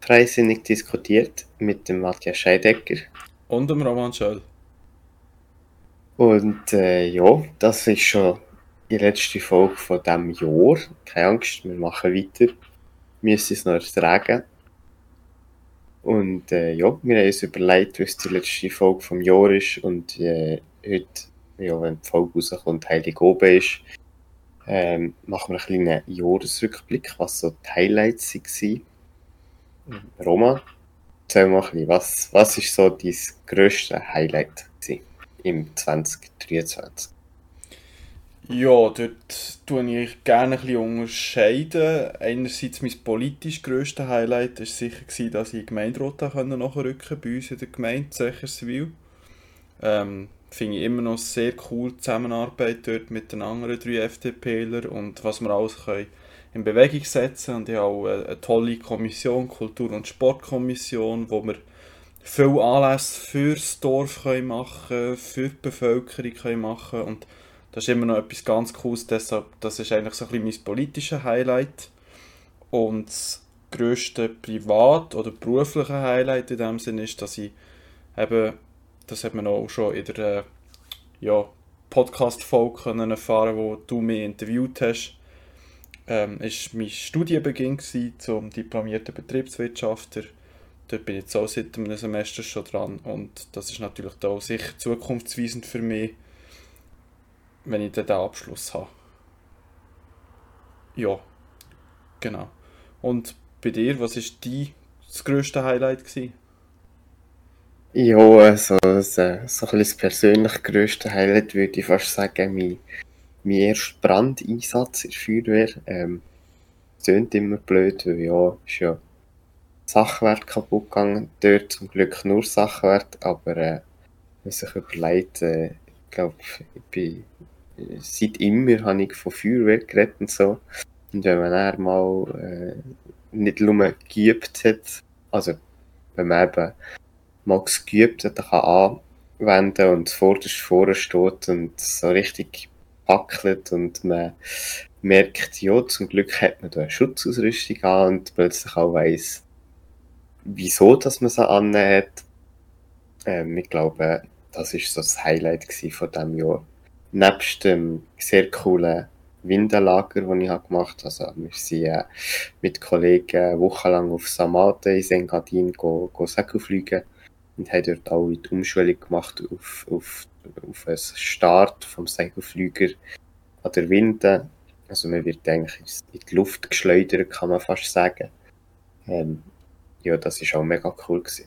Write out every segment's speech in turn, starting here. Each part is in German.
freisinnig diskutiert mit dem Matthias Scheidegger. Und dem Roman Schöll. Und ja, das ist schon die letzte Folge von diesem Jahr. Keine Angst, wir machen weiter. Wir müssen es noch ertragen. Und ja, wir haben uns überlegt, was die letzte Folge vom Jahr ist. Und heute, ja, wenn die Folge rauskommt, Heilig oben ist, machen wir einen kleinen Jahresrückblick, was so die Highlights waren. Roman, erzähl mal ein bisschen, was ist so dein grösstes Highlight im 2023? Ja, dort tue ich gerne ein bisschen unterscheiden. Einerseits mein politisch grösstes Highlight war sicher, dass ich Gemeinderat nachrücken konnte bei uns in der Gemeinde Zecherswil. Finde ich immer noch sehr cool, die Zusammenarbeit dort mit den anderen 3 FDPler und was wir alles können in Bewegung setzen. Und ich habe auch eine tolle Kommission, Kultur- und Sportkommission, wo wir viele Anlässe fürs Dorf können machen, für die Bevölkerung können machen und das ist immer noch etwas ganz Cooles, deshalb, das ist eigentlich so ein bisschen mein politisches Highlight. Und das grösste Privat- oder berufliche Highlight in dem Sinne ist, dass ich eben, das hat man auch schon in der ja, Podcast-Folge erfahren, wo du mich interviewt hast, ist mein Studienbeginn zum diplomierten Betriebswirtschafter. Dort bin ich jetzt auch seit einem Semester schon dran und das ist natürlich da auch sicher zukunftsweisend für mich, wenn ich dann den Abschluss habe. Ja, genau. Und bei dir, was war das grösste Highlight gewesen? Ja, also so ein bisschen das persönlich grösste Highlight würde ich fast sagen, mein erster Brandeinsatz in der Feuerwehr. Es klingt immer blöd, weil ja, ist ja Sachwert kaputt gegangen. Dort zum Glück nur Sachwert, aber wenn man sich überlegt, ich glaube, seit immer habe ich von Feuerwehr geredet und so. Und wenn man dann mal nicht nur geübt hat, also wenn man eben mal geübt hat, kann anwenden und zuvorderst vorne steht und so richtig packelt und man merkt, ja, zum Glück hat man da eine Schutzausrüstung an und plötzlich auch weiss, wieso dass man sie anhat. Ich glaube, das war so das Highlight von diesem Jahr. Nebst dem sehr coolen Winterlager, das ich gemacht habe. Also, wir sind mit Kollegen wochenlang auf Samate in Engadin Segelfliegen und haben dort alle die Umschulung gemacht auf einen Start vom Segelflüger an der Winde. Also man wird eigentlich in die Luft geschleudert, kann man fast sagen. Ja, das war auch mega cool gewesen.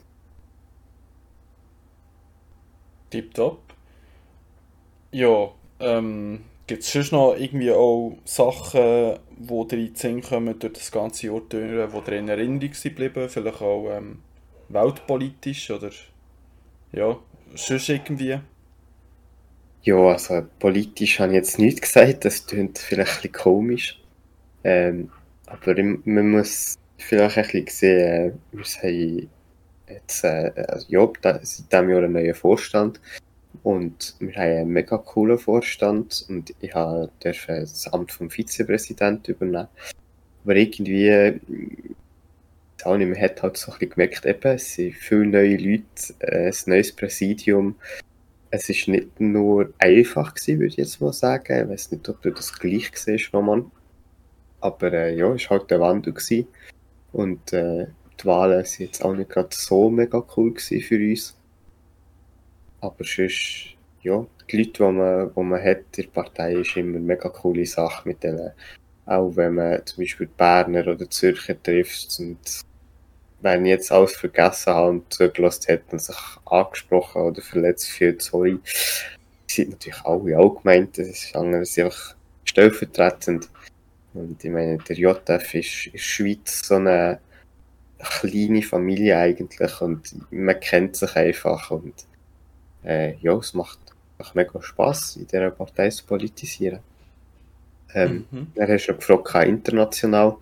Tipptopp. Ja, gibt es sonst noch irgendwie auch Sachen, die dir in den Sinn kommen durch das ganze Jahr durch, die dir in Erinnerung sind geblieben? Vielleicht auch weltpolitisch oder ja, sonst irgendwie? Ja, also politisch habe ich jetzt nichts gesagt, das klingt vielleicht ein bisschen komisch. Aber man muss vielleicht ein bisschen sehen, wir haben jetzt also ja, seit diesem Jahr einen neuen Vorstand und wir haben einen mega coolen Vorstand und ich durfte das Amt vom Vizepräsidenten übernehmen. Aber irgendwie, auch nicht, man hat halt so ein bisschen gemerkt, eben, es sind viele neue Leute, ein neues Präsidium. Es ist nicht nur einfach gewesen, würde ich jetzt mal sagen. Ich weiß nicht, ob du das gleich siehst, Roman. Aber ja, es war halt der Wandel gewesen. Und die Wahlen sind jetzt auch nicht gerade so mega cool gewesen für uns. Aber sonst, ja, die Leute, die man hat in der Partei, ist immer eine mega coole Sache mit denen. Auch wenn man zum Beispiel die Berner oder Zürcher trifft und wenn ich jetzt alles vergessen habe und zugelassen hat und sich angesprochen oder verletzt fühlt, sorry. Die sind natürlich alle allgemein, das ist einfach stellvertretend. Und ich meine, der JF ist in der Schweiz so eine kleine Familie eigentlich und man kennt sich einfach und ja, es macht einfach mega Spass, in dieser Partei zu politisieren. Mhm. Dann hast du noch gefragt, international.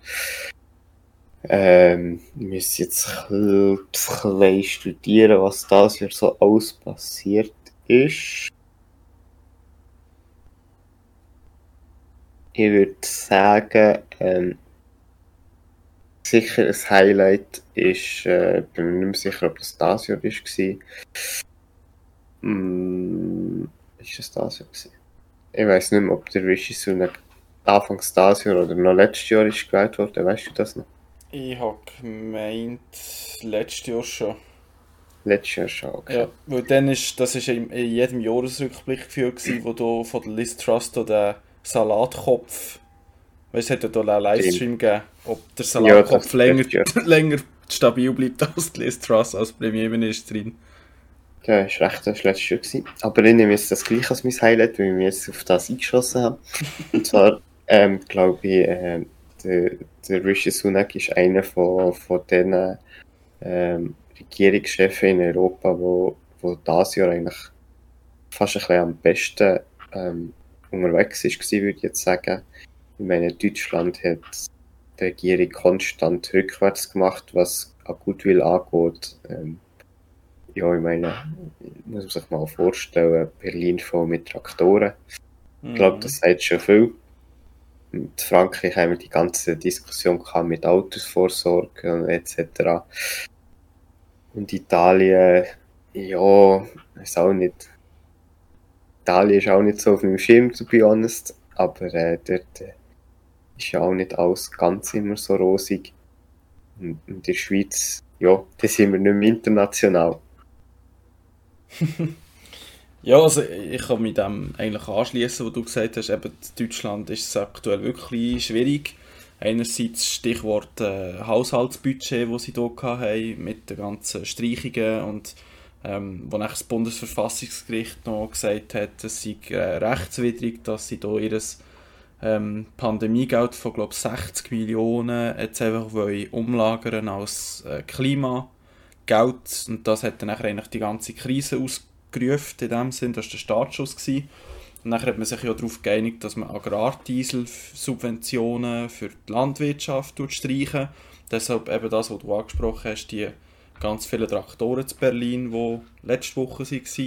Ich muss jetzt ein bisschen studieren, was das Jahr so alles passiert ist. Ich würde sagen, sicher ein Highlight ist, bin mir nicht mehr sicher, ob das Jahr war. Ist das Jahr gewesen? Ich weiß nicht mehr, ob der Rishi Sunak Anfangs dieses Jahr oder noch letztes Jahr ist gewählt worden. Weißt du das noch? Ich habe gemeint, letztes Jahr schon. Letztes Jahr schon, okay. Ja, weil dann das ist in jedem Jahresrückblick gewesen, wo du von der Liz Truss da den Salatkopf, weißt du, es hat ja da einen Livestream gegeben, ob der Salatkopf länger stabil bleibt als die Liz Truss als Premierministerin. Ja, das war recht das letztes Jahr gewesen. Aber ich nehme jetzt das gleiche als mein Highlight, weil ich mich jetzt auf das eingeschossen habe. Und zwar, glaube ich, der Rishi Sunak ist einer von diesen Regierungschefs in Europa, wo dieses Jahr eigentlich fast ein bisschen am besten unterwegs war, würde ich jetzt sagen. Ich meine, Deutschland hat die Regierung konstant rückwärts gemacht, was an Goodwill angeht. Ja, ich meine, muss man sich mal vorstellen, Berlin voll mit Traktoren. Ich glaube, das sagt schon viel. In Frankreich haben wir die ganze Diskussion gehabt mit Altersvorsorge etc. Und Italien, ja, ist auch nicht. Italien ist auch nicht so auf meinem Schirm, to be honest. Aber dort ist ja auch nicht alles ganz immer so rosig. Und in der Schweiz, ja, da sind wir nicht mehr international. Ja, also ich kann mich dem eigentlich anschließen, was du gesagt hast. Eben, in Deutschland ist es aktuell wirklich schwierig. Einerseits Stichwort Haushaltsbudget, das sie hier hatten, mit den ganzen Streichungen und wo das Bundesverfassungsgericht noch gesagt hat, es sei rechtswidrig, dass sie hier ihr Pandemiegeld von, glaube ich, 60 Millionen jetzt einfach umlagern als Klimageld. Und das hat dann eigentlich die ganze Krise ausgerufen, in dem Sinn, das war der Startschuss gewesen. Und dann hat man sich ja darauf geeinigt, dass man Agrardiesel-Subventionen für die Landwirtschaft streichen. Deshalb eben das, was du angesprochen hast, die ganz viele Traktoren zu Berlin, die letzte Woche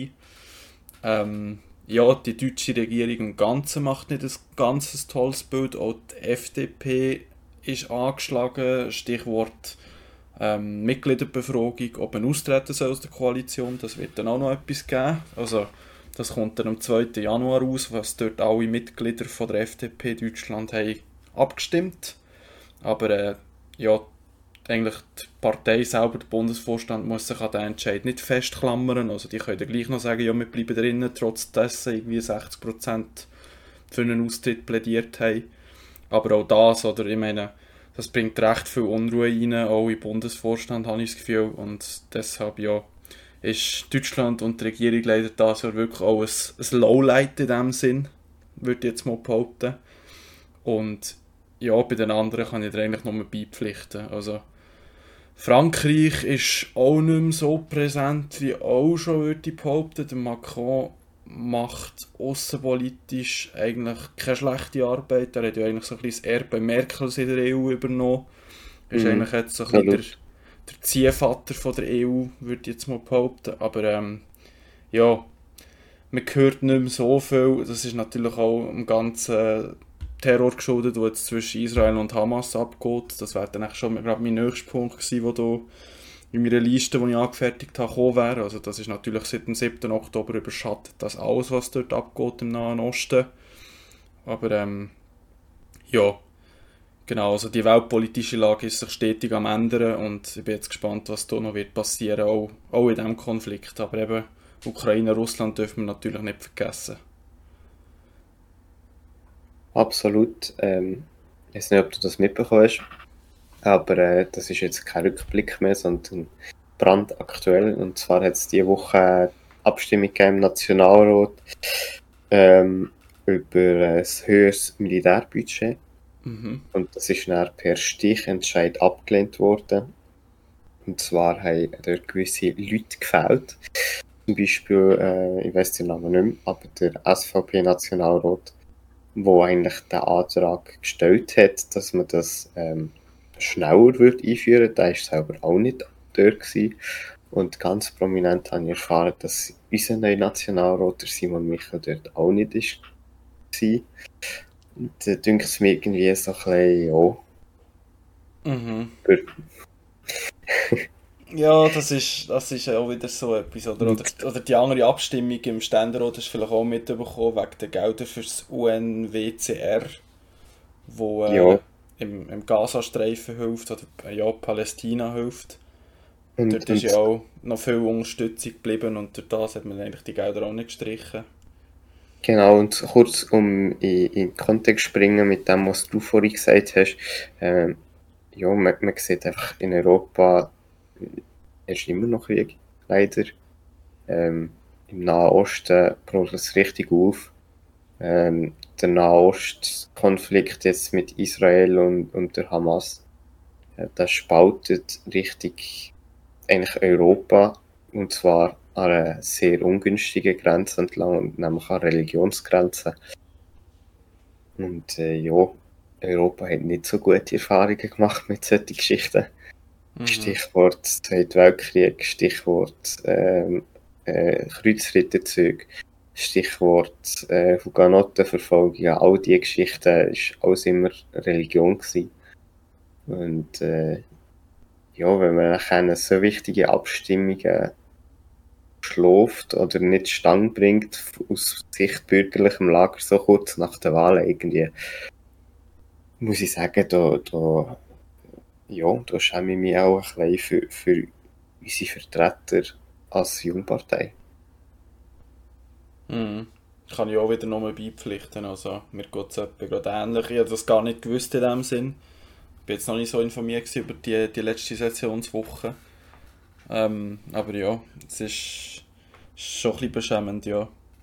waren. Ja, die deutsche Regierung im Ganzen macht nicht ein ganz tolles Bild. Auch die FDP ist angeschlagen. Stichwort Mitgliederbefragung, ob ein Austreten soll aus der Koalition. Das wird dann auch noch etwas geben. Also, das kommt dann am 2. Januar raus, was dort alle Mitglieder von der FDP Deutschland haben abgestimmt. Aber ja, eigentlich die Partei selber, der Bundesvorstand, muss sich an den Entscheid nicht festklammern. Also die können gleich noch sagen, ja, wir bleiben drinnen, trotz dessen irgendwie 60% für einen Austritt plädiert haben. Aber auch das, oder ich meine, das bringt recht viel Unruhe rein, auch im Bundesvorstand, habe ich das Gefühl. Und deshalb, ja, ist Deutschland und die Regierung leider das ja wirklich auch ein Lowlight in dem Sinn, würde ich jetzt mal behaupten. Und ja, bei den anderen kann ich dir eigentlich nur beipflichten. Also Frankreich ist auch nicht mehr so präsent wie auch schon, würde ich behaupten. Der Macron macht außenpolitisch eigentlich keine schlechte Arbeit. Er hat ja eigentlich so ein bisschen das Erbe Merkels in der EU übernommen. Er ist eigentlich jetzt so ein bisschen der Ziehvater von der EU, würde ich jetzt mal behaupten. Aber ja, man hört nicht mehr so viel. Das ist natürlich auch im ganzen Terror geschuldet, der jetzt zwischen Israel und Hamas abgeht. Das wäre dann schon gerade mein nächster Punkt gewesen, der da in meiner Liste, die ich angefertigt habe, gekommen wäre. Also das ist natürlich seit dem 7. Oktober überschattet das alles, was dort abgeht im Nahen Osten. Aber ja, genau, also die weltpolitische Lage ist sich stetig am ändern und ich bin jetzt gespannt, was da noch wird passieren, auch in diesem Konflikt. Aber eben Ukraine, Russland dürfen wir natürlich nicht vergessen. Absolut. Ich weiß nicht, ob du das mitbekommen hast, aber das ist jetzt kein Rückblick mehr, sondern brandaktuell. Und zwar hat es diese Woche eine Abstimmung im Nationalrat über ein höheres Militärbudget. Und das ist dann per Stichentscheid abgelehnt worden. Und zwar haben dort gewisse Leute gefällt. Zum Beispiel, ich weiss den Namen nicht mehr, aber der SVP-Nationalrat, wo eigentlich den Antrag gestellt hat, dass man das schneller einführen würde. Der war selber auch nicht dort gewesen. Und ganz prominent habe ich erfahren, dass unser neuer Nationalrat, der Simon Michel, dort auch nicht war. Und da denke ich mir irgendwie so ein bisschen, ja, Mhm. Für- Ja, das ist auch wieder so etwas. Und, Oder die andere Abstimmung im Ständerat hast du vielleicht auch mitbekommen, wegen der Gelder fürs UNWCR, wo ja, im Gazastreifen hilft oder ja, Palästina hilft. und, Dort ist ja und auch noch viel Unterstützung geblieben und durch das hat man eigentlich die Gelder auch nicht gestrichen. genau, und kurz in den Kontext springen mit dem, was du vorhin gesagt hast, ähm, ja, man sieht einfach in Europa, es ist immer noch Krieg, leider. Im Nahen Osten braucht es richtig auf. Der Nahostkonflikt jetzt mit Israel und der Hamas, das spaltet richtig eigentlich Europa, und zwar an einer sehr ungünstigen Grenze entlang, nämlich an Religionsgrenzen. Und ja, Europa hat nicht so gute Erfahrungen gemacht mit solchen Geschichten. Mhm. Stichwort Zweiter Weltkrieg, Stichwort Kreuzritterzüge, Stichwort Hugenottenverfolgung, all diese Geschichten ist alles immer Religion gewesen. Und ja, wenn man dann so wichtige Abstimmungen schläft oder nicht zustande bringt, aus Sicht bürgerlichem Lager, so kurz nach der Wahl irgendwie, muss ich sagen, da schäme ich mich auch ein bisschen für unsere Vertreter als Jungpartei. Mhm. Kann ich auch wieder nur beipflichten. Also, mir geht es etwa gerade ähnlich. Ich habe das gar nicht gewusst in dem Sinn. Ich bin jetzt noch nicht so informiert gewesen über die letzte Sessionswoche. Aber ja, es ist schon ein bisschen beschämend, ja.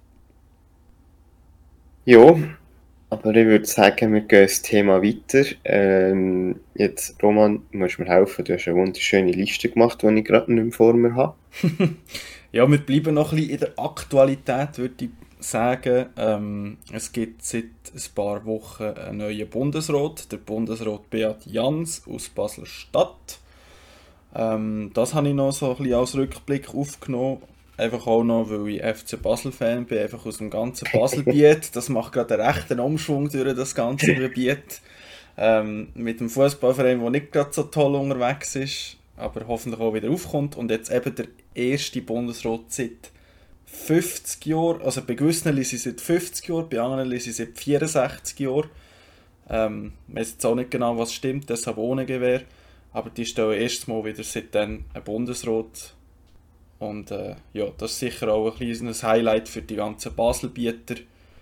Ja, aber ich würde sagen, wir gehen das Thema weiter. Jetzt, Roman, du musst mir helfen. Du hast eine wunderschöne Liste gemacht, die ich gerade nicht mehr vor mir habe. Ja, wir bleiben noch ein bisschen in der Aktualität, würde ich sagen. Es gibt seit ein paar Wochen einen neuen Bundesrat, der Bundesrat Beat Jans aus Basel-Stadt. Das habe ich noch so ein bisschen als Rückblick aufgenommen. Einfach auch noch, weil ich FC Basel-Fan bin, einfach aus dem ganzen Basel-Biet. Das macht gerade einen rechten Umschwung durch das ganze Gebiet. Mit dem Fußballverein, der nicht gerade so toll unterwegs ist, aber hoffentlich auch wieder aufkommt. Und jetzt eben der erste Bundesrat seit 50 Jahren. Also bei gewissen lese ich seit 50 Jahren, bei anderen lese ich seit 64 Jahren. Ich weiß jetzt auch nicht genau, was stimmt, deshalb ohne Gewehr. Aber die stellen erst mal wieder seitdem ein Bundesrat. Und ja, das ist sicher auch ein kleines Highlight für die ganzen Baselbieter.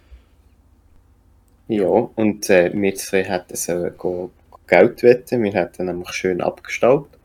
Ja, Ja, und wir zwei hätten Geld wetten. Wir hätten nämlich schön abgestaubt.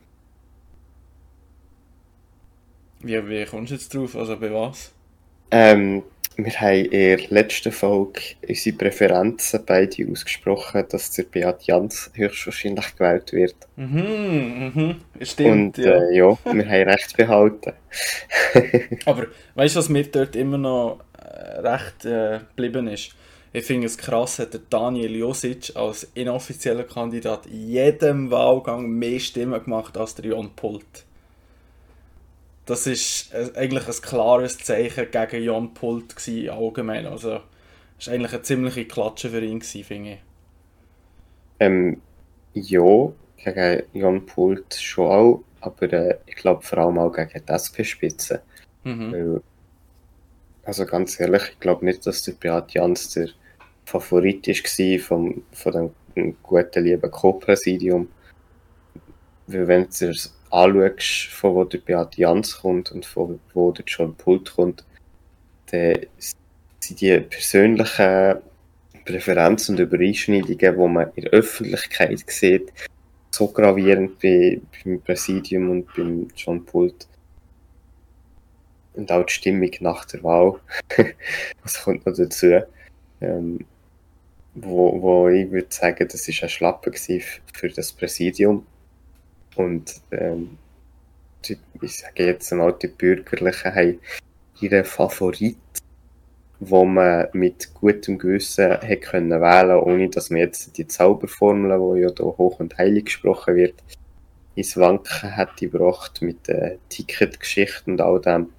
wie kommst du jetzt drauf? Also bei was? Wir haben in der letzten Folge unsere Präferenzen beide ausgesprochen, dass der Beat Jans höchstwahrscheinlich gewählt wird. Mhm, mhm, stimmt, Und ja. ja, wir haben recht behalten. Aber weißt du, was mir dort immer noch recht geblieben ist? Ich finde es krass, hat der Daniel Josic als inoffizieller Kandidat in jedem Wahlgang mehr Stimmen gemacht als der Jon Pult. Das ist eigentlich ein klares Zeichen gegen Jon Pult gewesen, allgemein. Also, es war eigentlich eine ziemliche Klatsche für ihn, gewesen, finde ich. ähm, ja, gegen Jan Pult schon auch, aber ich glaube vor allem auch gegen die SP-Spitze. Mhm. Weil, also ganz ehrlich, ich glaube nicht, dass der Beat Jans der Favorit war von dem guten, lieben Co-Präsidium. Weil wenn du dir anschaust, von wo der Beat Jans kommt und von wo der John Pult kommt, dann sind die persönlichen Präferenzen und Übereinschneidungen, die man in der Öffentlichkeit sieht, so gravierend beim Präsidium und beim John Pult. Und auch die Stimmung nach der Wahl. Das kommt noch dazu. Ähm, wo ich würde sagen, das war ein Schlappe für das Präsidium. Und ich sage jetzt mal, die Bürgerlichen haben ihren Favorit, wo man mit gutem Gewissen hätte können wählen, ohne dass man jetzt die Zauberformel, die ja da hoch und heilig gesprochen wird, ins Wanken hätte gebracht mit der Ticketgeschichte und all dem.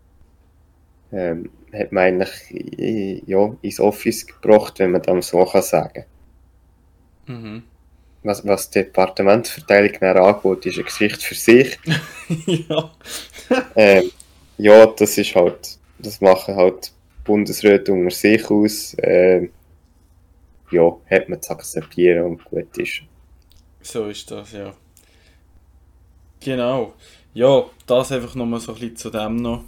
Hat man eigentlich ja, ins Office gebracht, wenn man dem so kann sagen. Mhm. was die Departementsverteilung dann angeht, ist eine Geschichte für sich. Ja. Ja, das ist halt, das machen halt Bundesräte unter sich aus. Ja, hat man zu akzeptieren und gut ist. So ist das, ja. Genau. Ja, das einfach nochmal so ein bisschen zu dem noch.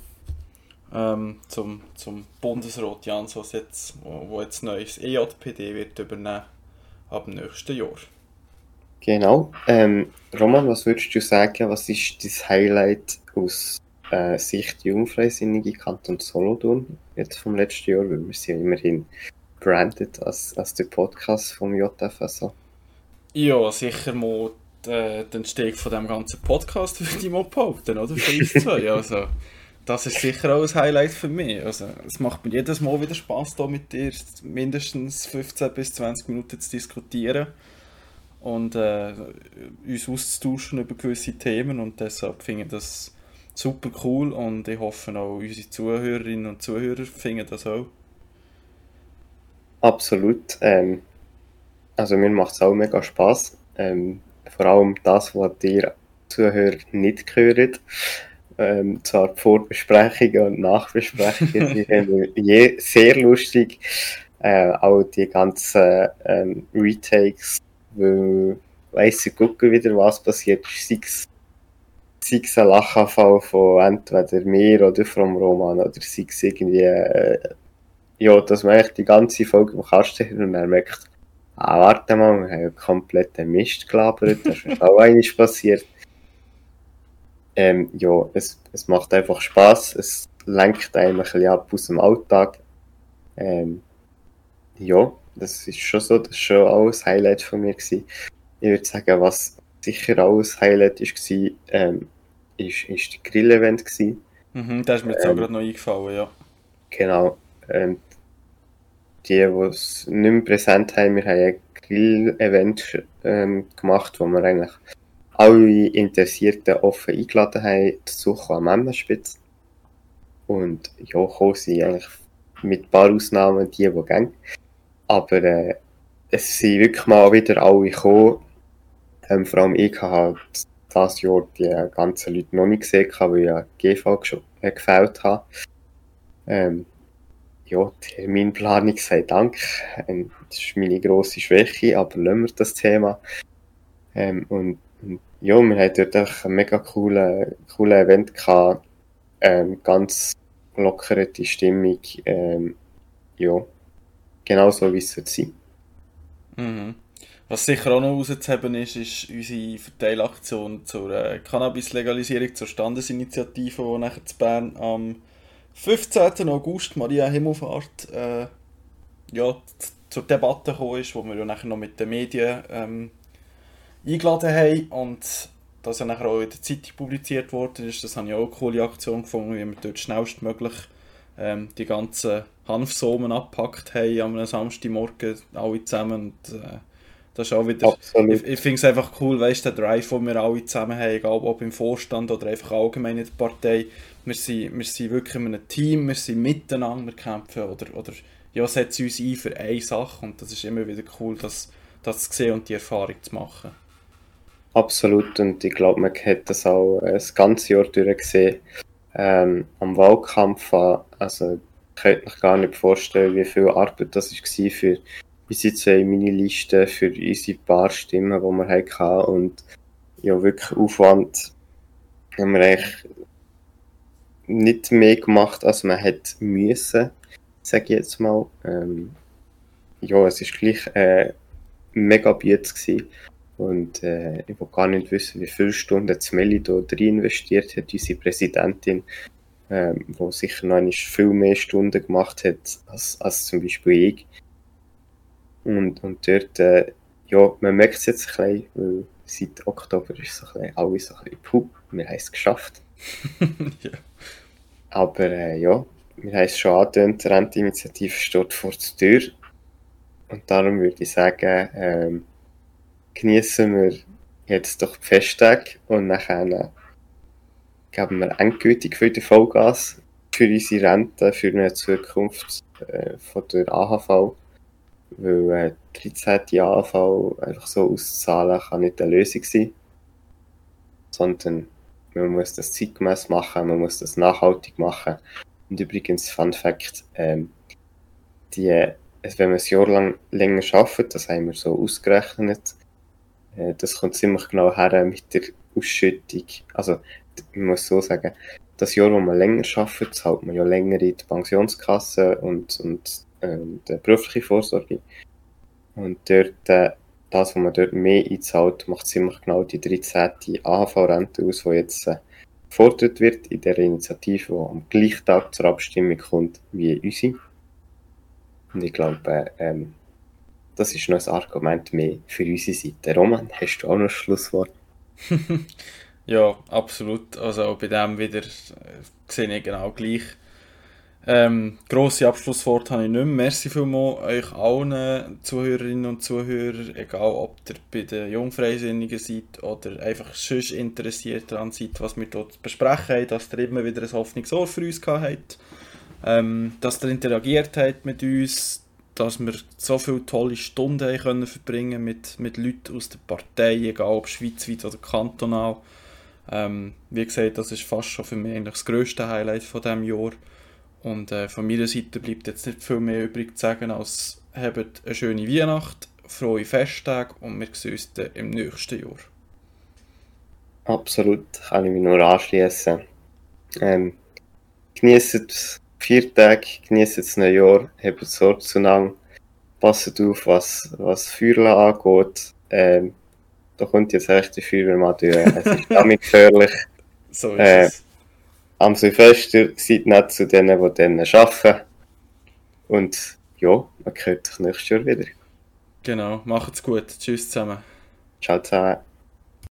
Zum Bundesrat Jans, wo jetzt neues EJPD wird übernehmen ab dem nächsten Jahr. Genau. Roman, was würdest du sagen, was ist dein Highlight aus Sicht Jungfreisinniger Kanton Solothurn jetzt vom letzten Jahr? Weil wir sind ja immerhin branded als der Podcast vom JFSA. Ja, sicher mal die Entstehung von dem ganzen Podcast würde ich mal behaupten, oder? Für uns zwei. Also, das ist sicher auch ein Highlight für mich. Also, es macht mir jedes Mal wieder Spass, hier mit dir mindestens 15 bis 20 Minuten zu diskutieren und uns auszutauschen über gewisse Themen, und deshalb finde ich das super cool und ich hoffe auch unsere Zuhörerinnen und Zuhörer finden das auch. Absolut. Also mir macht es auch mega Spass. Vor allem das, was ihr Zuhörer nicht hören. Zwar die Vorbesprechungen und Nachbesprechungen, die haben wir sehr lustig. Auch die ganzen Retakes, weil weiss ich gucke wieder, was passiert. Sei es ein Lachanfall von entweder mir oder vom Roman, oder sei es irgendwie, ja, dass man echt die ganze Folge im Kasten hat und dann merkt, warte mal, wir haben ja kompletten Mist gelabert, das ist auch einiges passiert. Ja, es macht einfach Spass, es lenkt einem ein bisschen ab aus dem Alltag. Ja, das ist schon so, das ist schon auch ein Highlight von mir gewesen. Ich würde sagen, was sicher auch ein Highlight war, ist die Grill-Event gewesen. Das ist mir jetzt auch gerade noch eingefallen, ja. Genau. Die es nicht mehr präsent haben, wir haben ein Grill-Event gemacht, wo wir eigentlich alle Interessierten offen eingeladen haben, zu kommen am Emmenspitz. Und ja, gekommen sind eigentlich mit ein paar Ausnahmen die gehen. Aber es sind wirklich mal wieder alle gekommen. Vor allem ich habe dieses Jahr die ganzen Leute noch nicht gesehen, weil ich ja GV gefällt habe. Ja, Terminplanung sei Dank. Das ist meine grosse Schwäche, aber lassen wir das Thema. Und ja, wir hatten dort auch einen mega coolen Event gehabt. Ganz lockere die Stimmung. Ja, genau so wie es sein. Mhm. Was sicher auch noch rauszuheben ist unsere Verteilaktion zur Cannabis-Legalisierung, zur Standesinitiative, die nachher zu Bern am 15. August, Maria Himmelfahrt, ja, zur Debatte gekommen ist, wo wir ja nachher noch mit den Medien eingeladen haben und das ja nachher auch in der Zeitung publiziert worden ist. Das habe ich auch eine coole Aktion gefunden, wie wir dort schnellstmöglich die ganzen Hanfsamen abgepackt haben am einem Samstagmorgen, alle zusammen. Und, das ist auch wieder, ich finde es einfach cool, weißt du, der Drive, den wir alle zusammen haben, egal ob im Vorstand oder einfach allgemein in der Partei. Wir sind wirklich in einem Team, wir sind miteinander kämpfen oder ja, setzen uns ein für eine Sache, und das ist immer wieder cool, das zu sehen und die Erfahrung zu machen. Absolut, und ich glaube, man hat das auch das ganze Jahr durch gesehen. Am Wahlkampf, also ich könnte mir gar nicht vorstellen, wie viel Arbeit das war für unsere 2 Minilisten, für unsere paar Stimmen, die wir hatten, und ja, wirklich Aufwand haben wir eigentlich nicht mehr gemacht, als man hätte müssen, sage ich jetzt mal. Ja, es war gleich mega Biet gewesen. Und ich will gar nicht wissen, wie viele Stunden das Meli da drin investiert hat, unsere Präsidentin, die sicher noch viel mehr Stunden gemacht hat als zum Beispiel ich. Und dort, ja, man merkt es jetzt ein bisschen, weil seit Oktober ist so ein bisschen, alle so ein bisschen, puh, wir haben es geschafft. Ja. Aber ja, wir haben es schon angetönt, die Renteninitiative steht vor der Tür. Und darum würde ich sagen, genießen wir jetzt doch die Festtage und nachher geben wir endgültig für die Vollgas für unsere Rente, für eine Zukunft von der AHV. weil 13. AV einfach so auszahlen kann nicht eine Lösung sein, sondern man muss das zeitgemäß machen, man muss das nachhaltig machen. Und übrigens, Fun Fact, wenn man ein Jahr lang länger arbeitet, das haben wir so ausgerechnet, das kommt ziemlich genau her mit der Ausschüttung. Also, man muss so sagen, das Jahr, wo man länger arbeitet, zahlt man ja länger in die Pensionskasse und die berufliche Vorsorge. Und dort, das, was man dort mehr einzahlt, macht ziemlich genau die 13. AHV-Rente aus, die jetzt gefordert wird in der Initiative, die am gleichen Tag zur Abstimmung kommt wie unsere. Und ich glaube, das ist noch ein Argument mehr für unsere Seite. Roman, hast du auch noch ein Schlusswort? Ja, absolut. Also auch bei dem wieder sehe ich genau gleich. Grosse Abschlussworte habe ich nicht mehr. Merci vielmals euch allen Zuhörerinnen und Zuhörer, egal ob ihr bei den Jungfreisinnigen seid oder einfach sonst interessiert daran seid, was wir dort besprechen haben, dass ihr immer wieder ein offenes Ohr für uns gehabt habt, dass ihr interagiert habt mit uns, dass wir so viele tolle Stunden haben können verbringen mit Leuten aus der Partei, egal ob schweizweit oder kantonal. Wie gesagt, das ist fast schon für mich eigentlich das grösste Highlight von diesem Jahr. Und von meiner Seite bleibt jetzt nicht viel mehr übrig zu sagen, als habt eine schöne Weihnacht, frohe Festtage und wir sehen uns dann im nächsten Jahr. Absolut, kann ich mich nur anschließen. Genießt die 4 Tage, genießt das neue Jahr, habt Sorge zueinander, passt auf, was Feuer angeht. Da kommt jetzt echt die Feuerwehrmann durch. Es ist damit gefährlich. So ist es. Am Silvester seid nicht zu denen, die dann arbeiten. Und ja, man hört sich nächstes Jahr wieder. Genau, macht's gut. Tschüss zusammen. Ciao zusammen.